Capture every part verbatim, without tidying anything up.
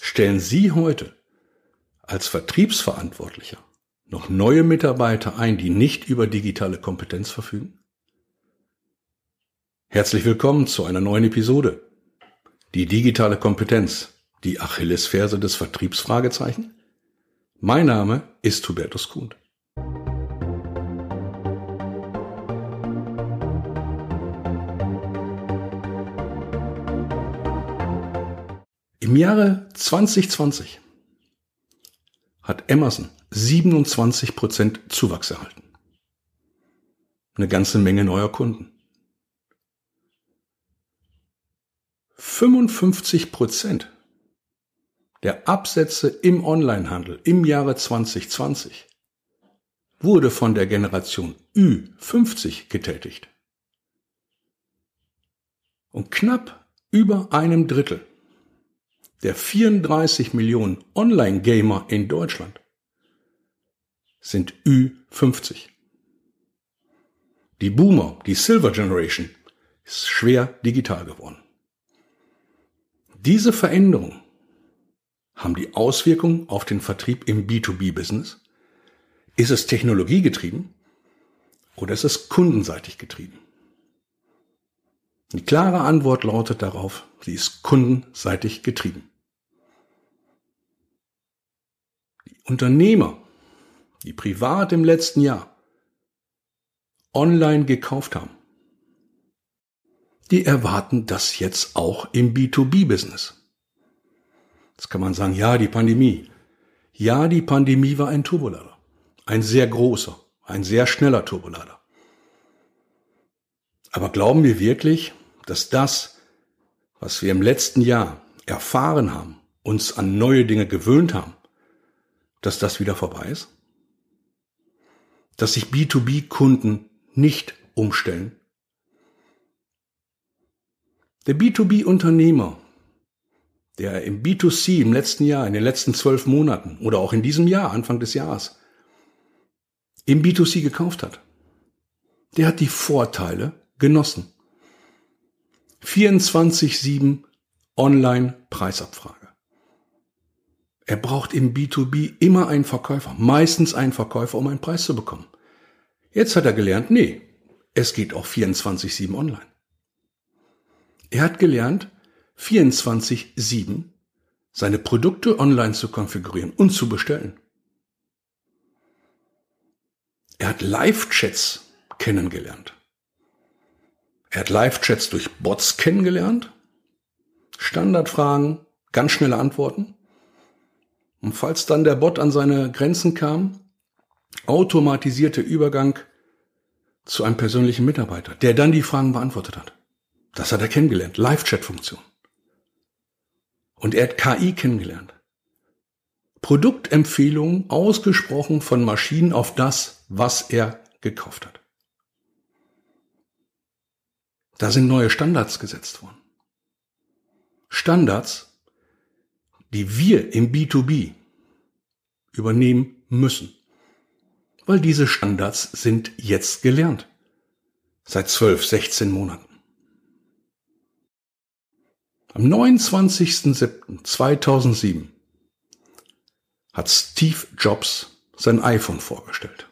Stellen Sie heute als Vertriebsverantwortlicher noch neue Mitarbeiter ein, die nicht über digitale Kompetenz verfügen? Herzlich willkommen zu einer neuen Episode. Die digitale Kompetenz, die Achillesferse des Vertriebs? Fragezeichen. Mein Name ist Hubertus Kuhn. Im Jahre zwanzig zwanzig hat Amazon siebenundzwanzig Prozent Zuwachs erhalten. Eine ganze Menge neuer Kunden. fünfundfünfzig Prozent der Absätze im Onlinehandel im Jahre zwanzig zwanzig wurde von der Generation Ü fünfzig getätigt. Und knapp über einem Drittel der vierunddreißig Millionen Online-Gamer in Deutschland sind Ü fünfzig. Die Boomer, die Silver Generation, ist schwer digital geworden. Diese Veränderungen haben die Auswirkungen auf den Vertrieb im B zwei B-Business. Ist es technologiegetrieben oder ist es kundenseitig getrieben? Die klare Antwort lautet darauf, sie ist kundenseitig getrieben. Die Unternehmer, die privat im letzten Jahr online gekauft haben, die erwarten das jetzt auch im B zwei B-Business. Jetzt kann man sagen, ja, die Pandemie. Ja, die Pandemie war ein Turbolader. Ein sehr großer, ein sehr schneller Turbolader. Aber glauben wir wirklich, dass das, was wir im letzten Jahr erfahren haben, uns an neue Dinge gewöhnt haben, dass das wieder vorbei ist? Dass sich B zwei B-Kunden nicht umstellen? Der B zwei B-Unternehmer, der im B zwei C im letzten Jahr, in den letzten zwölf Monaten oder auch in diesem Jahr, Anfang des Jahres, im B zwei C gekauft hat, der hat die Vorteile genossen. vierundzwanzig sieben Online-Preisabfrage. Er braucht im B zwei B immer einen Verkäufer, meistens einen Verkäufer, um einen Preis zu bekommen. Jetzt hat er gelernt, nee, es geht auch vierundzwanzig sieben online. Er hat gelernt, vierundzwanzig sieben seine Produkte online zu konfigurieren und zu bestellen. Er hat Live-Chats kennengelernt. Er hat Live-Chats durch Bots kennengelernt, Standardfragen, ganz schnelle Antworten. Und falls dann der Bot an seine Grenzen kam, automatisierter Übergang zu einem persönlichen Mitarbeiter, der dann die Fragen beantwortet hat. Das hat er kennengelernt, Live-Chat-Funktion. Und er hat K I kennengelernt. Produktempfehlungen ausgesprochen von Maschinen auf das, was er gekauft hat. Da sind neue Standards gesetzt worden. Standards, die wir im B zwei B übernehmen müssen. Weil diese Standards sind jetzt gelernt. Seit zwölf, sechzehn Monaten. Am neunundzwanzigsten siebten zweitausendsieben hat Steve Jobs sein iPhone vorgestellt.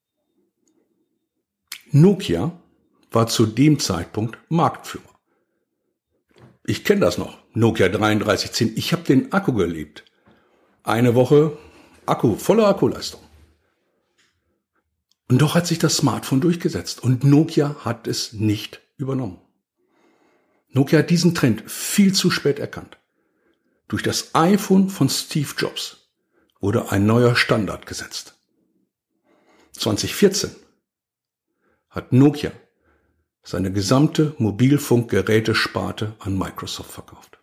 Nokia war zu dem Zeitpunkt Marktführer. Ich kenne das noch, Nokia dreiunddreißig zehn. Ich habe den Akku gelebt. Eine Woche Akku, volle Akkuleistung. Und doch hat sich das Smartphone durchgesetzt und Nokia hat es nicht übernommen. Nokia hat diesen Trend viel zu spät erkannt. Durch das iPhone von Steve Jobs wurde ein neuer Standard gesetzt. zweitausendvierzehn hat Nokia seine gesamte Mobilfunkgerätesparte an Microsoft verkauft.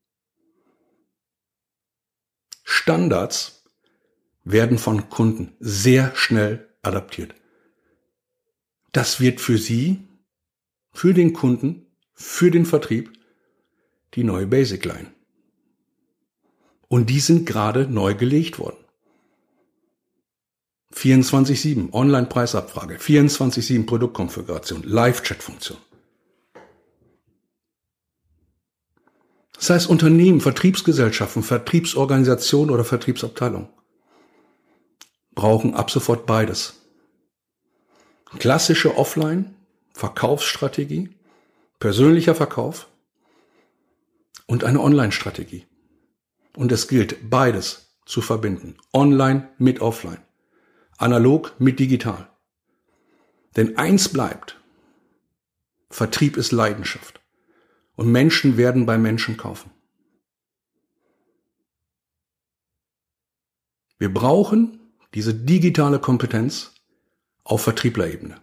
Standards werden von Kunden sehr schnell adaptiert. Das wird für Sie, für den Kunden, für den Vertrieb die neue Basic Line. Und die sind gerade neu gelegt worden. vierundzwanzig sieben Online-Preisabfrage, vierundzwanzig sieben Produktkonfiguration, Live-Chat-Funktion. Das heißt, Unternehmen, Vertriebsgesellschaften, Vertriebsorganisationen oder Vertriebsabteilungen brauchen ab sofort beides. Klassische Offline-Verkaufsstrategie, persönlicher Verkauf und eine Online-Strategie. Und es gilt, beides zu verbinden. Online mit Offline. Analog mit digital. Denn eins bleibt. Vertrieb ist Leidenschaft. Und Menschen werden bei Menschen kaufen. Wir brauchen diese digitale Kompetenz auf Vertrieblerebene.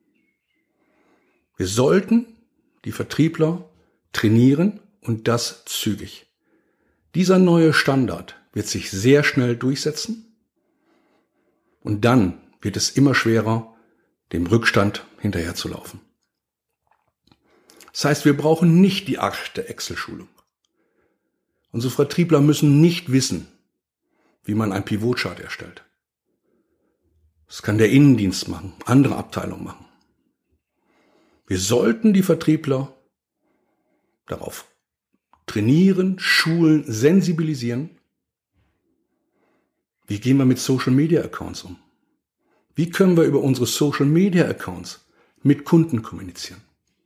Wir sollten die Vertriebler trainieren und das zügig. Dieser neue Standard wird sich sehr schnell durchsetzen und dann wird es immer schwerer, dem Rückstand hinterherzulaufen. Das heißt, wir brauchen nicht die achte Excel-Schulung. Unsere Vertriebler müssen nicht wissen, wie man ein Pivot-Chart erstellt. Das kann der Innendienst machen, andere Abteilungen machen. Wir sollten die Vertriebler darauf trainieren, schulen, sensibilisieren. Wie gehen wir mit Social-Media-Accounts um? Wie können wir über unsere Social-Media-Accounts mit Kunden kommunizieren?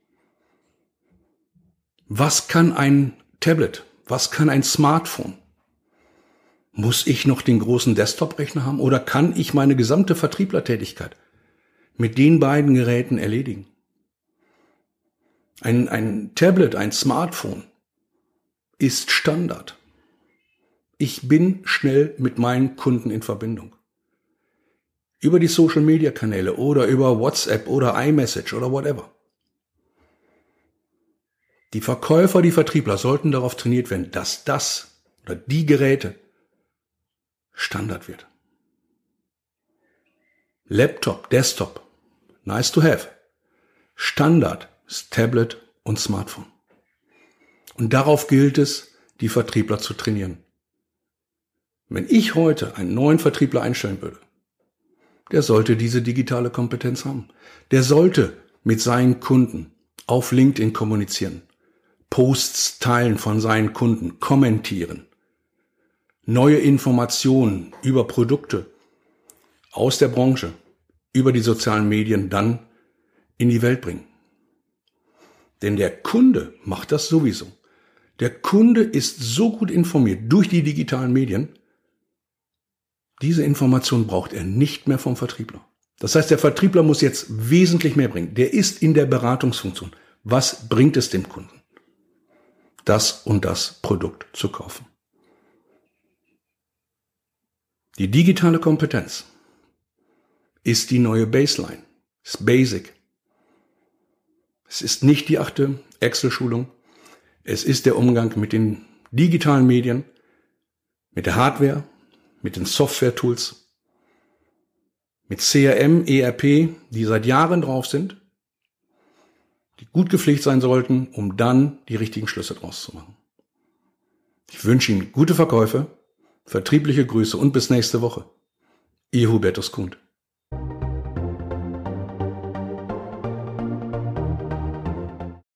Was kann ein Tablet? Was kann ein Smartphone? Muss ich noch den großen Desktop-Rechner haben oder kann ich meine gesamte Vertrieblertätigkeit mit den beiden Geräten erledigen? Ein, ein Tablet, ein Smartphone ist Standard. Ich bin schnell mit meinen Kunden in Verbindung. Über die Social-Media-Kanäle oder über WhatsApp oder iMessage oder whatever. Die Verkäufer, die Vertriebler sollten darauf trainiert werden, dass das oder die Geräte Standard wird. Laptop, Desktop, nice to have. Standard ist Tablet und Smartphone. Und darauf gilt es, die Vertriebler zu trainieren. Wenn ich heute einen neuen Vertriebler einstellen würde, der sollte diese digitale Kompetenz haben. Der sollte mit seinen Kunden auf LinkedIn kommunizieren, Posts teilen von seinen Kunden, kommentieren, neue Informationen über Produkte aus der Branche, über die sozialen Medien dann in die Welt bringen. Denn der Kunde macht das sowieso. Der Kunde ist so gut informiert durch die digitalen Medien, diese Information braucht er nicht mehr vom Vertriebler. Das heißt, der Vertriebler muss jetzt wesentlich mehr bringen. Der ist in der Beratungsfunktion. Was bringt es dem Kunden, das und das Produkt zu kaufen? Die digitale Kompetenz ist die neue Baseline, ist Basic. Es ist nicht die achte Excel-Schulung. Es ist der Umgang mit den digitalen Medien, mit der Hardware, mit den Software-Tools, mit C R M, E R P, die seit Jahren drauf sind, die gut gepflegt sein sollten, um dann die richtigen Schlüsse draus zu machen. Ich wünsche Ihnen gute Verkäufe, vertriebliche Grüße und bis nächste Woche. Ihr Hubertus Kund.